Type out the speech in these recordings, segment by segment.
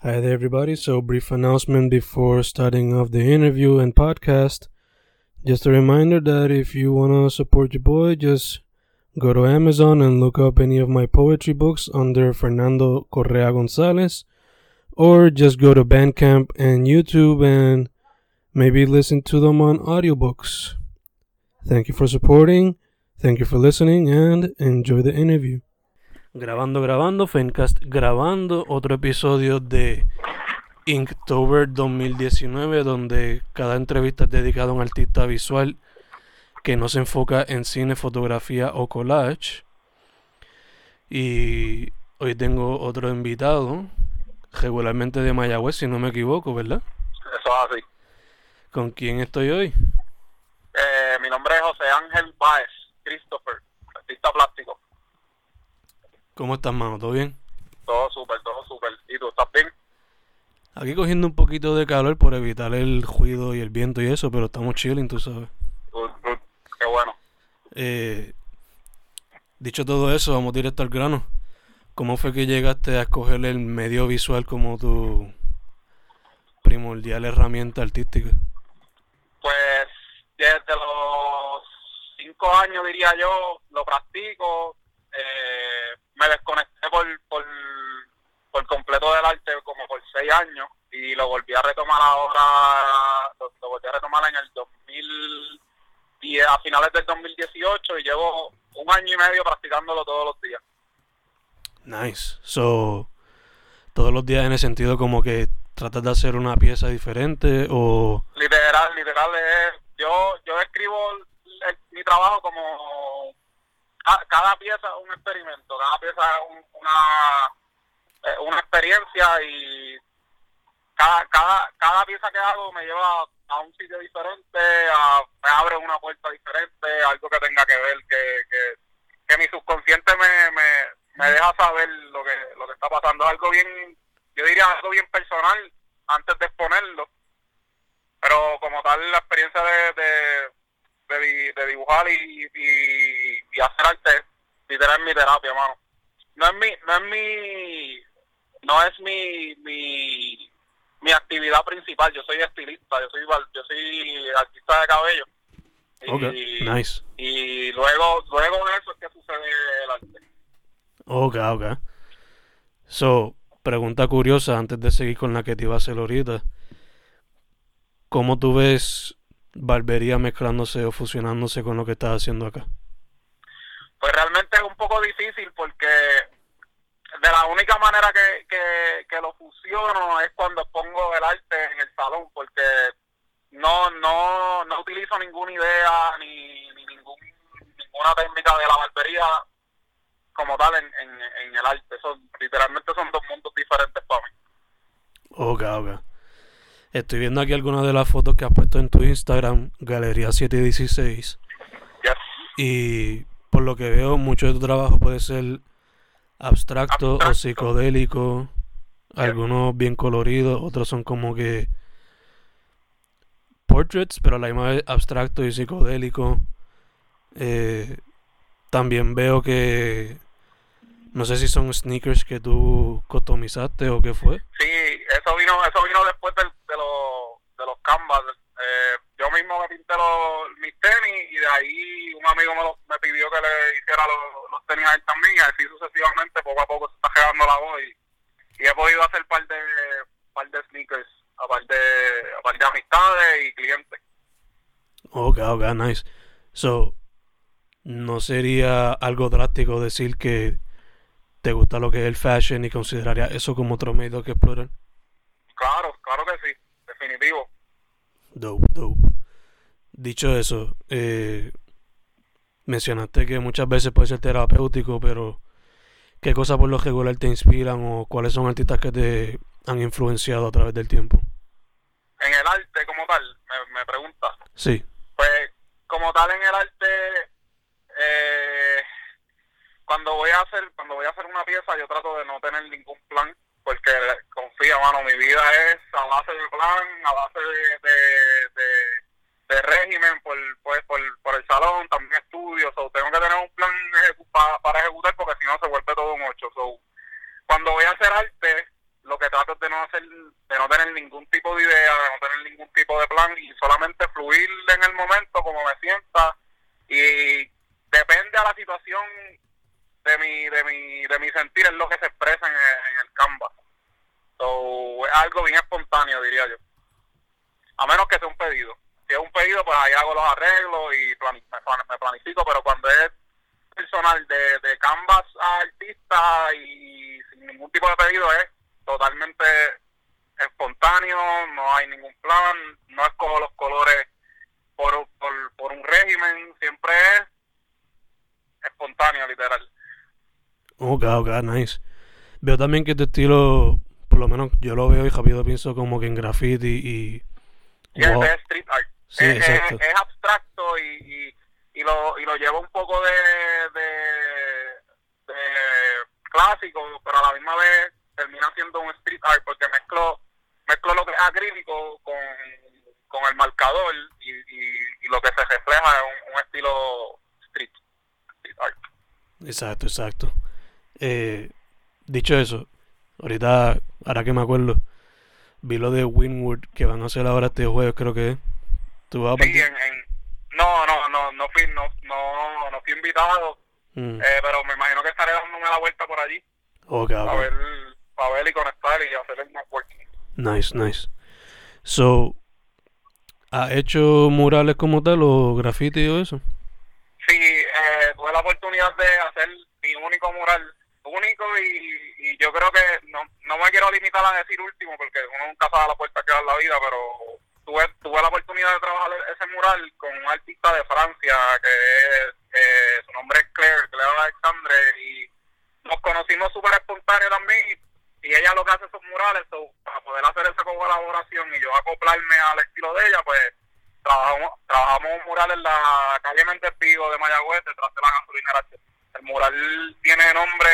Hi there, everybody. So, brief announcement before starting off the interview and podcast. Just a reminder that if you want to support your boy, just go to Amazon and look up any of my poetry books under Fernando Correa Gonzalez, or just go to Bandcamp and YouTube and maybe listen to them on audiobooks. Thank you for supporting, thank you for listening, and enjoy the interview. Grabando, Fencast grabando otro episodio de Inktober 2019, donde cada entrevista es dedicada a un artista visual que no se enfoca en cine, fotografía o collage. Y hoy tengo otro invitado, regularmente de Mayagüez, si no me equivoco, ¿verdad? Eso es así. ¿Con quién estoy hoy? Mi nombre es José Ángel Báez, Christopher, artista plástico. ¿Cómo estás, mano? ¿Todo bien? Todo súper. ¿Y tú estás bien? Aquí cogiendo un poquito de calor por evitar el ruido y el viento y eso, pero estamos chilling, tú sabes. Good. Qué bueno. Dicho todo eso, vamos directo al grano. ¿Cómo fue que llegaste a escoger el medio visual como tu primordial herramienta artística? Pues desde los 5 años, diría yo, lo practico. Me desconecté por completo del arte como por 6 años y lo volví a retomar ahora, lo volví a retomar en el 2010, a finales del 2018, y llevo 1 año y medio practicándolo todos los días. Nice. So, todos los días en el sentido como que tratas de hacer una pieza diferente o... Literal es, yo escribo mi trabajo como cada pieza es un experimento, cada pieza es una experiencia, y cada pieza que hago me lleva a un sitio diferente, me abre una puerta diferente, algo que tenga que ver, que mi subconsciente me deja saber lo que está pasando. Es algo bien, yo diría algo bien personal antes de exponerlo, pero como tal la experiencia de dibujar y hacer arte, literal, es mi terapia, mano. No es mi actividad principal. Yo soy estilista, yo soy artista de cabello. Okay, nice. Y luego de eso es que sucede el arte. Okay. So, pregunta curiosa antes de seguir con la que te iba a hacer ahorita. ¿Cómo tú ves barbería mezclándose o fusionándose con lo que estás haciendo acá? Pues realmente es un poco difícil, porque de la única manera que lo fusiono es cuando pongo el arte en el salón, porque no utilizo ninguna idea ni ninguna técnica de la barbería como tal en el arte. Literalmente son dos mundos diferentes para mí. Okay. Estoy viendo aquí algunas de las fotos que has puesto en tu Instagram, Galería 716. Yes. Y por lo que veo, mucho de tu trabajo puede ser abstracto o psicodélico. Yes. Algunos bien coloridos, otros son como que portraits, pero a la misma vez abstracto y psicodélico. También veo que no sé si son sneakers que tú customizaste o qué fue. Sí, eso vino después de los canvas. Yo mismo me pinté mis tenis, y de ahí un amigo me pidió que le hiciera los tenis a él también, y así sucesivamente, poco a poco se está quedando la voz, y he podido hacer par de sneakers, aparte de amistades y clientes. Okay, nice. So, ¿no sería algo drástico decir que te gusta lo que es el fashion y consideraría eso como otro medio que explorar? Claro que sí, definitivo. Dope. Dicho eso, mencionaste que muchas veces puede ser terapéutico, pero ¿qué cosas por lo regular te inspiran o cuáles son artistas que te han influenciado a través del tiempo? En el arte como tal, me preguntas. Sí. Pues como tal en el arte, cuando voy a hacer una pieza, yo trato de no tener ningún plan, porque confía, mano, mi vida es a base de plan, a base de régimen por el salón, también estudio. Tengo que tener un plan para ejecutar, porque si no se vuelve todo un 8. Cuando voy a hacer arte, lo que trato es de no de no tener ningún tipo de idea, de no tener ningún tipo de plan y solamente fluir en el momento como me sienta, y depende a la situación de mi sentir es lo que se expresa en el canvas. So, es algo bien espontáneo, diría yo. A menos que sea un pedido. Si es un pedido, pues ahí hago los arreglos y me planifico, pero cuando es personal de canvas a artista y sin ningún tipo de pedido, es totalmente espontáneo, no hay ningún plan, no escojo los colores por un régimen, siempre es espontáneo, literal. Ok, nice. Veo también que tu estilo, por lo menos yo lo veo y rápido pienso como que en graffiti y wow. Es street art. Sí, exacto. Es abstracto y lo llevo un poco de clásico, pero a la misma vez termina siendo un street art porque mezclo lo que es acrílico con el marcador y lo que se refleja es un estilo street art. Exacto. Dicho eso, ahora que me acuerdo, vi lo de Winwood que van a hacer ahora este jueves, creo que es. ¿Tú vas a sí, no fui invitado, pero me imagino que estaré dándome la vuelta por allí. Okay. Para ver y conectar y hacer el networking. Nice. So, ¿has hecho murales como tal o graffiti o eso? Sí, tuve la oportunidad de hacer mi único mural, y yo creo que no me quiero limitar a decir último porque uno nunca sabe la puerta que da en la vida, pero tuve la oportunidad de trabajar ese mural con un artista de Francia que su nombre es Claire Alexandre, y nos conocimos súper espontáneo también, y ella lo que hace son murales, para poder hacer esa colaboración y yo acoplarme al estilo de ella, pues trabajamos un mural en la calle Méndez Vigo de Mayagüez, detrás de la gasolinera. El mural tiene nombre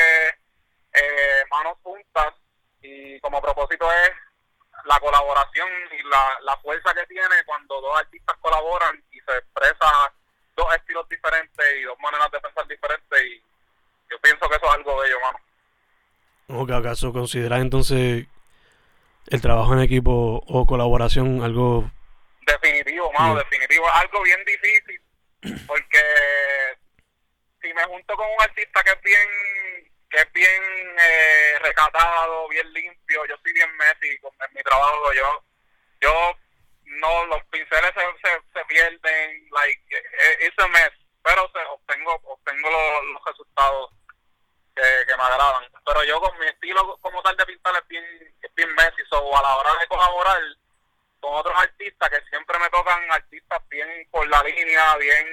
Manos Juntas, y como propósito es la colaboración y la fuerza que tiene cuando dos artistas colaboran y se expresa dos estilos diferentes y dos maneras de pensar diferentes, y yo pienso que eso es algo bello, mano. ¿O que acaso consideras entonces el trabajo en equipo o colaboración algo definitivo, mano? Definitivo, es algo bien difícil porque si me junto con un artista que es bien recatado, bien limpio, yo soy bien messy en mi trabajo, yo no, los pinceles se pierden, it's a mess, pero obtengo los resultados que me agradan. Pero yo con mi estilo como tal de pintar es bien messy, so a la hora de colaborar con otros artistas, que siempre me tocan artistas bien por la línea, bien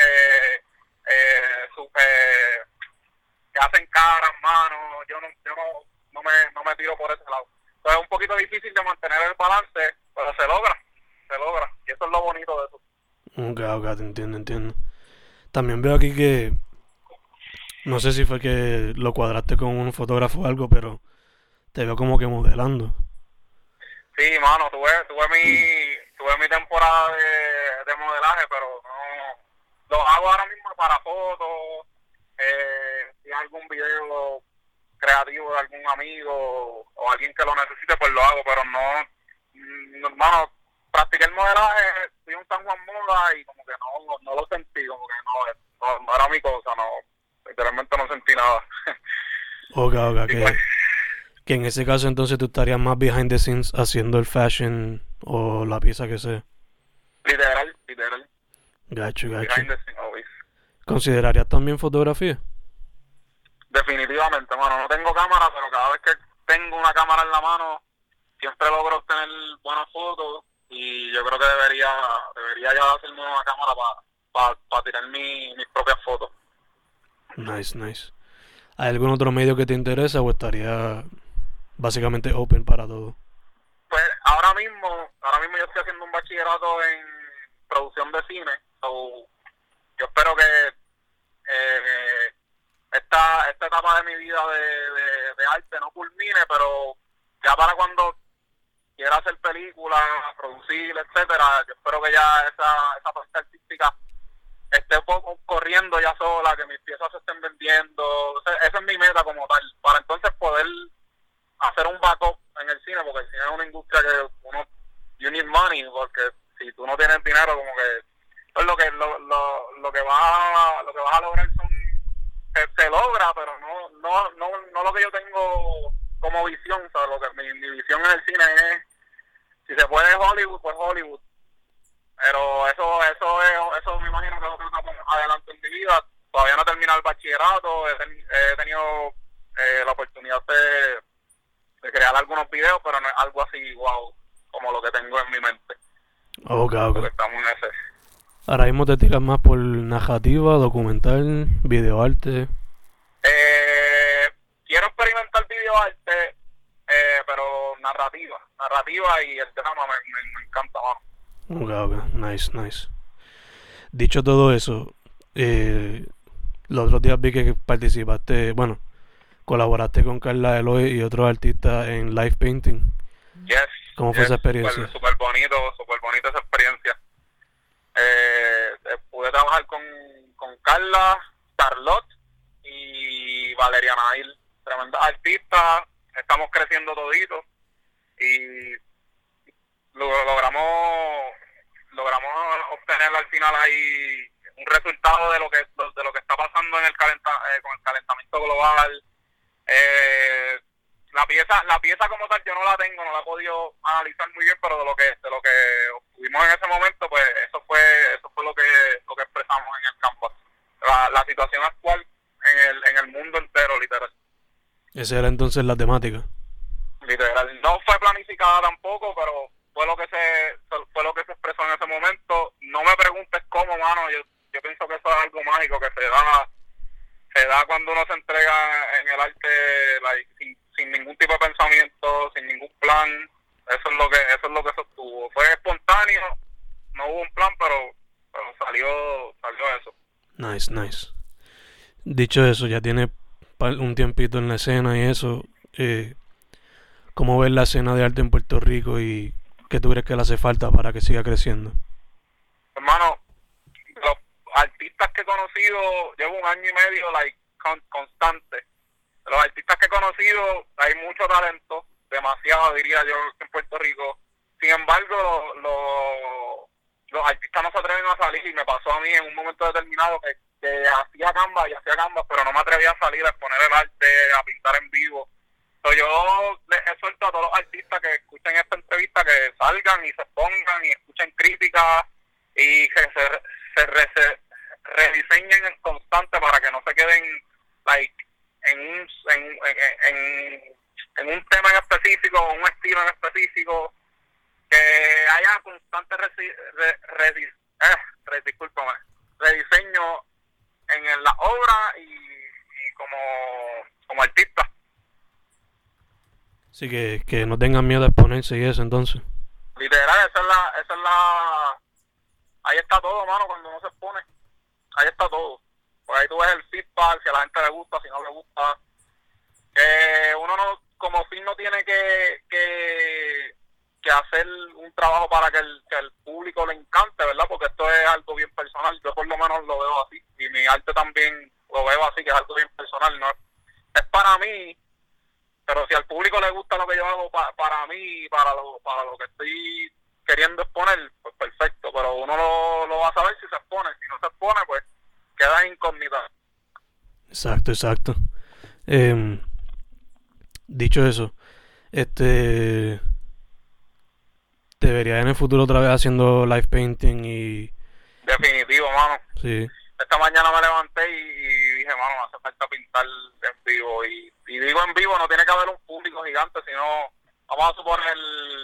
que hacen caras, manos, yo no me tiro por ese lado. Entonces es un poquito difícil de mantener el balance, pero se logra, y eso es lo bonito de eso. Ok, te entiendo. También veo aquí que no sé si fue que lo cuadraste con un fotógrafo o algo, pero te veo como que modelando. Sí, mano, tuve mi temporada de modelaje, pero no lo hago ahora mismo para fotos, si hay algún video creativo de algún amigo o alguien que lo necesite, pues lo hago, pero mano, practiqué el modelaje, fui un San Juan Moda y como que no lo sentí, como que no era mi cosa, literalmente no sentí nada. Ok, que en ese caso entonces tú estarías más behind the scenes haciendo el fashion o la pieza que sea. Literal. Gacho. Behind the scenes, always. ¿Considerarías también fotografía? Definitivamente, mano, no tengo cámara, pero cada vez que tengo una cámara en la mano siempre logro obtener buenas fotos, y yo creo que debería ya hacerme una cámara para tirar mis propias fotos. Nice. ¿Hay algún otro medio que te interesa o estaría básicamente open para todo? Pues ahora mismo yo estoy haciendo un bachillerato en producción de cine, so yo espero que esta etapa de mi vida de arte no culmine, pero ya para cuando quiera hacer películas, producir, etcétera, yo espero que ya esa parte artística esté corriendo ya sola, que mis piezas se estén vendiendo. Esa es mi meta como tal, para entonces poder hacer un backup en el cine, porque el cine es una industria que you need money, porque si tú no tienes dinero, como que pues lo que vas a lograr se logra, pero no lo que yo tengo como visión. O sea, lo que mi visión en el cine es, si se puede Hollywood, pues Hollywood. Pero eso me imagino que es lo que está adelante en mi vida. Todavía no he terminado el bachillerato, he tenido la oportunidad de crear algunos videos, pero no es algo así, wow, como lo que tengo en mi mente. Okay. Porque estamos en ese. Ahora mismo te tiras más por narrativa, documental, videoarte. Quiero experimentar videoarte, pero narrativa y el drama me encanta, mano. Okay. Nice. Dicho todo eso, los otros días vi que participaste, bueno, colaboraste con Carla Eloy y otros artistas en live painting. Yes. ¿Cómo fue esa experiencia? Súper bonito esa experiencia. Pude trabajar con Carla, Charlotte y Valeria Nail, tremendas artistas. Estamos creciendo toditos y logramos obtener al final ahí un resultado de lo que está pasando en con el calentamiento global. La pieza como tal yo no la tengo, no la he podido analizar muy bien, pero de lo que obtuvimos en ese momento, pues eso fue lo que expresamos en el canvas. La situación actual en el mundo entero, literal. Esa era entonces la temática. Literal, no fue planificada tampoco, pero fue lo que se expresó en ese momento. No me preguntes cómo, mano. Yo pienso que eso es algo mágico que se da cuando uno se entrega en el arte, sin ningún tipo de pensamiento, sin ningún plan. Eso es lo que sostuvo. Fue espontáneo, no hubo un plan, pero salió eso. Nice. Dicho eso, ya tiene un tiempito en la escena y eso. ¿Cómo ves la escena de arte en Puerto Rico y qué tú crees que le hace falta para que siga creciendo? Hermano, los artistas que he conocido, llevo 1 año y medio constante. Los artistas que he conocido, hay mucho talento, demasiado diría yo en Puerto Rico. Sin embargo, los artistas no se atreven a salir, y me pasó a mí en un momento determinado que hacía canvas, pero no me atrevía a salir a exponer el arte, a pintar en vivo. Entonces yo les exhorto a todos los artistas que escuchen esta entrevista que salgan y se pongan y escuchen críticas y que se rediseñen en constante para que no se queden en un tema en específico o un estilo en específico, que haya constante rediseño en la obra y como artista. Así que no tengan miedo a exponerse y eso, entonces. Literal, esa es la ahí está todo, mano. Cuando uno se expone, ahí está todo. Por ahí tú ves el feedback, si a la gente le gusta, si no le gusta. Uno no, como fin, no tiene que hacer un trabajo para que el público le encante, ¿verdad? Porque esto es algo bien personal. Yo por lo menos lo veo así, y mi arte también lo veo así, que es algo bien personal. No es para mí, pero si al público le gusta lo que yo hago para mí, para lo que estoy queriendo exponer, pues perfecto. Pero uno lo va a saber si se expone. Si no se expone, pues queda incógnita. Exacto. Dicho eso, te verías en el futuro otra vez haciendo live painting y... Definitivo, mano. Sí. Esta mañana me levanté y dije, mano, me hace falta pintar en vivo. Y digo en vivo, no tiene que haber un público gigante, sino, vamos a suponer,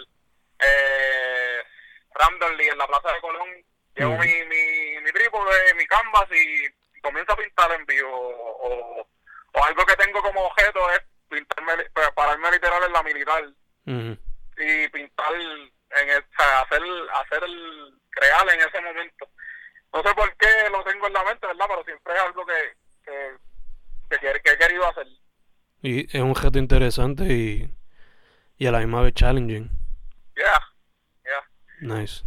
randomly en la Plaza de Colón, llevo mi trípode, mi canvas y comienzo a pintar en vivo. O algo que tengo como objeto es pararme literal en la militar y pintar hacer el crear en ese momento. No sé por qué lo tengo en la mente, ¿verdad? Pero siempre es algo que he querido hacer. Y es un reto interesante y a la misma vez challenging. Yeah. Nice.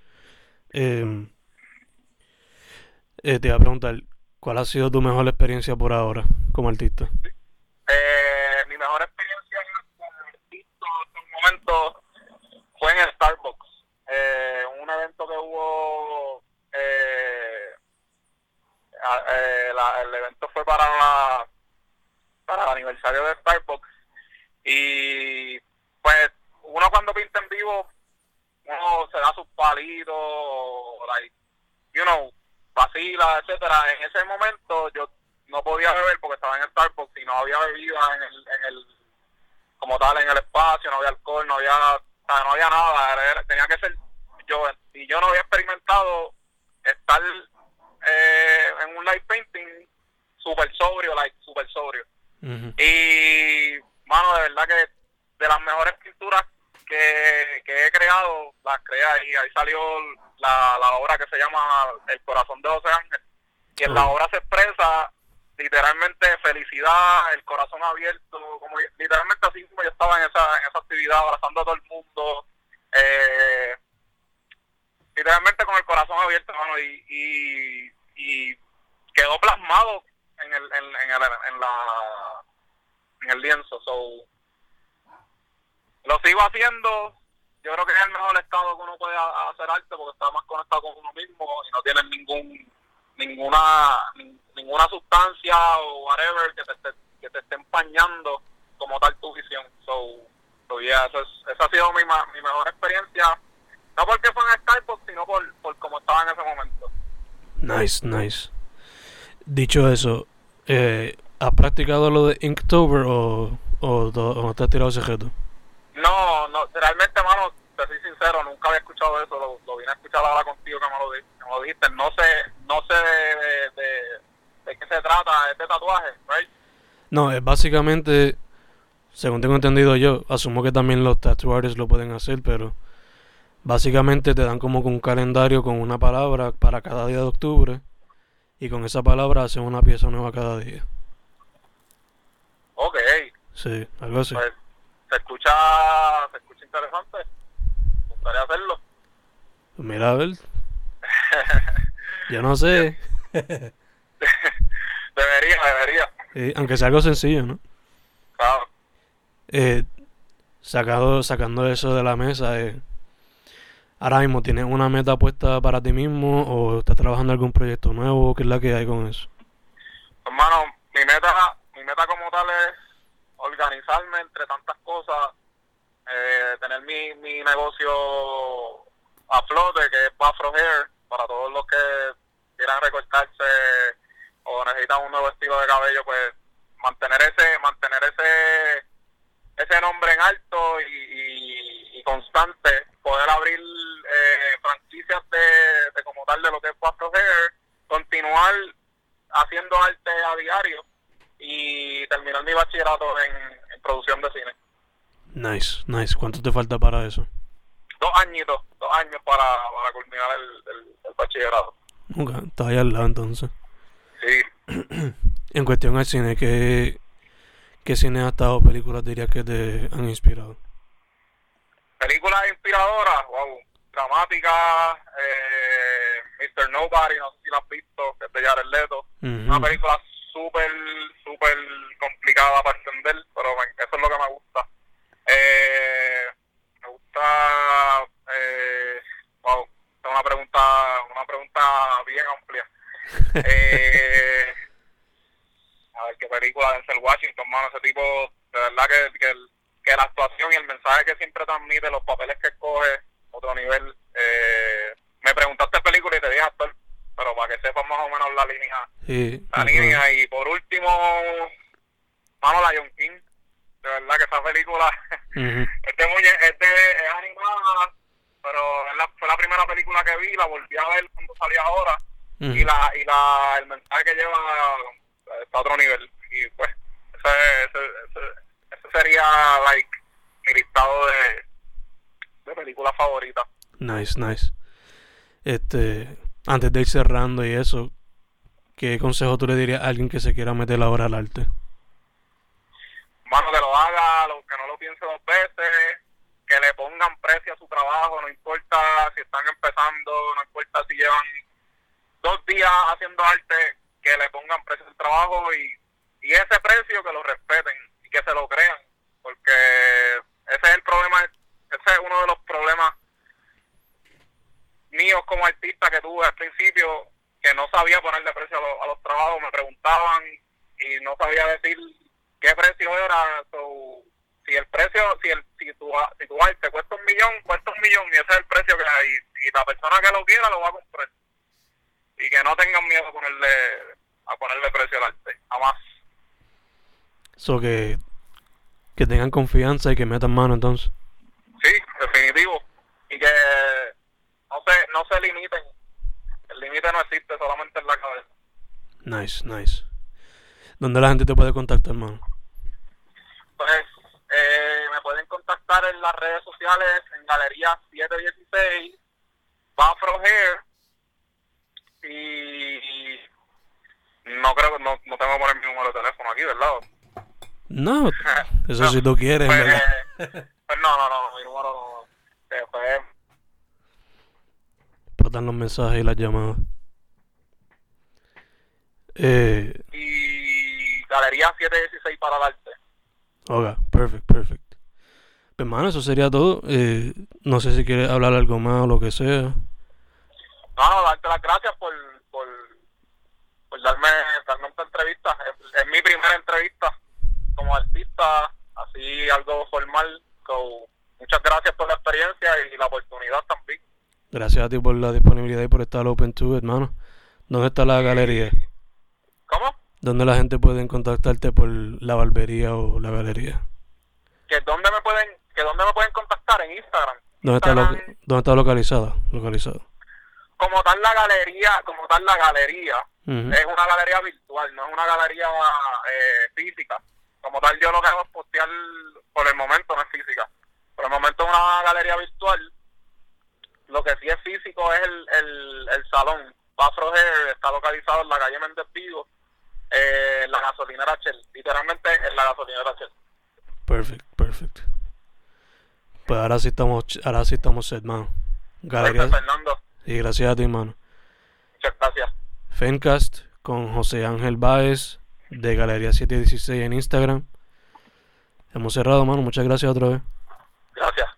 Te iba a preguntar, ¿cuál ha sido tu mejor experiencia por ahora como artista? Mi mejor experiencia como artista momento fue en Starbucks, un evento que hubo, el evento fue para el aniversario de Starbucks, y pues uno cuando pinta en vivo, uno se da sus palitos, like, vacila, etcétera. En ese momento yo no podía beber porque estaba en Starbucks y no había bebida en el como tal en el espacio, no había alcohol, no había nada, tenía que ser yo, y yo no había experimentado estar en un live painting super sobrio. Uh-huh. Y mano, de verdad que de las mejores pinturas que he creado, las creé ahí salió la obra que se llama El corazón de José Ángel, y en la obra se expresa literalmente felicidad, el corazón abierto, como literalmente así como yo estaba en esa actividad, abrazando a todo el mundo, literalmente con el corazón abierto, hermano, y quedó plasmado en el lienzo. So, lo sigo haciendo. Yo creo que es el mejor estado que uno puede hacer arte, porque está más conectado con uno mismo y no tienes ninguna sustancia o whatever que te esté empañando como tal tu visión. So yeah, esa ha sido mi mejor experiencia, no porque fue en Starbucks, sino por cómo estaba en ese momento. Nice. Dicho eso, ¿has practicado lo de Inktober o no te has tirado ese reto? No, realmente, mano, te soy sincero, nunca había escuchado eso, lo vine a escuchar ahora contigo que me lo dijiste. No sé de qué se trata, es de tatuaje, right? No, es básicamente, según tengo entendido yo, asumo que también los tattoo artists lo pueden hacer, pero básicamente te dan como un calendario con una palabra para cada día de octubre, y con esa palabra hacen una pieza nueva cada día. Ok. Sí, algo así. Pues, se escucha interesante. Me gustaría hacerlo. Pues mira, a ver. Yo no sé. Debería. Aunque sea algo sencillo, ¿no? Claro. Sacando eso de la mesa, ahora mismo tienes una meta puesta para ti mismo o estás trabajando en algún proyecto nuevo. ¿Qué es la que hay con eso? Hermano, mi meta como tal es organizarme entre tantas cosas, tener mi negocio a flote, que es Afro Hair, para todos los que quieran recortarse o necesitan un nuevo estilo de cabello, pues mantener ese nombre en alto y constante, poder abrir franquicias de como tal de lo que es Afro Hair, continuar haciendo arte a diario y terminar mi bachillerato en producción de cine. Nice. ¿Cuánto te falta para eso? 2 años para culminar el bachillerato. Ok, estás ahí al lado entonces. Sí. En cuestión al cine, ¿qué cineastas o películas dirías que te han inspirado? Películas inspiradoras, wow, dramáticas, Mr. Nobody, no sé si la has visto, que es de Jared Leto. Uh-huh. Una película súper complicada para entender, pero eso es lo que me gusta. Me gusta, wow, es una pregunta bien amplia. A ver, qué película de Denzel Washington, mano, ese tipo, de verdad que la actuación y el mensaje que siempre transmite, los papeles que escoge, otro nivel. Me preguntaste película y te dije actor, pero para que sepas más o menos la línea. Sí, Línea. Y por último, mano, Lion King. De verdad que esa película uh-huh. es animada, pero fue la primera película que vi, la volví a ver cuando salía ahora, uh-huh. y el mensaje que lleva está a otro nivel. Y pues, ese sería mi listado de películas favoritas. Nice. Antes de ir cerrando y eso, ¿qué consejo tú le dirías a alguien que se quiera meter ahora al arte? Mano, que lo haga, que no lo piense 2 veces, que le pongan precio a su trabajo, no importa si están empezando, no importa si llevan 2 días haciendo arte, que le pongan precio al trabajo y ese precio que lo respeten y que se lo crean, porque ese es el problema, ese es uno de los problemas míos como artista que tuve al principio, que no sabía ponerle precio a los trabajos, me preguntaban y no sabía decir qué precio era. So, si el precio, si tu arte cuesta $1 millón, y ese es el precio que hay, y la persona que lo quiera lo va a comprar, y que no tengan miedo a ponerle precio al arte, jamás. So que tengan confianza y que metan mano entonces. Sí, definitivo, y que no se limiten. El límite no existe, solamente en la cabeza. Nice. ¿Dónde la gente te puede contactar, hermano? Pues me pueden contactar en las redes sociales, en Galería 716, Afro Hair, y no creo que no tengo que poner mi número de teléfono aquí, ¿verdad? No, eso no, si tú quieres, pues, ¿verdad? Pues no, mi número no. Pues, explotan los mensajes y las llamadas. Y Galería 716 para el arte. Ok, perfect. Pues, hermano, eso sería todo. No sé si quieres hablar algo más o lo que sea. No, darte las gracias por darme esta entrevista. Es mi primera entrevista como artista, así algo formal. So, muchas gracias por la experiencia y la oportunidad también. Gracias a ti por la disponibilidad y por estar open to, hermano. ¿Dónde está la galería? ¿Cómo? ¿Dónde la gente puede contactarte por la barbería o la galería? ¿Dónde me pueden contactar? En Instagram. ¿Dónde está localizada? Como tal la galería Uh-huh. es una galería virtual, no es una galería física. Como tal, yo lo que hago es postear, por el momento no es física. Por el momento es una galería virtual. Lo que sí es físico es el salón. Afro Hair está localizado en la calle Méndez Vigo, en la gasolinera Shell, literalmente en la gasolinera Shell. Perfect. Pues ahora sí estamos set, mano. Gracias, Fernando. Y gracias a ti, mano. Muchas gracias. Fencast con José Ángel Báez de Galería 716 en Instagram. Hemos cerrado, mano. Muchas gracias otra vez. Gracias.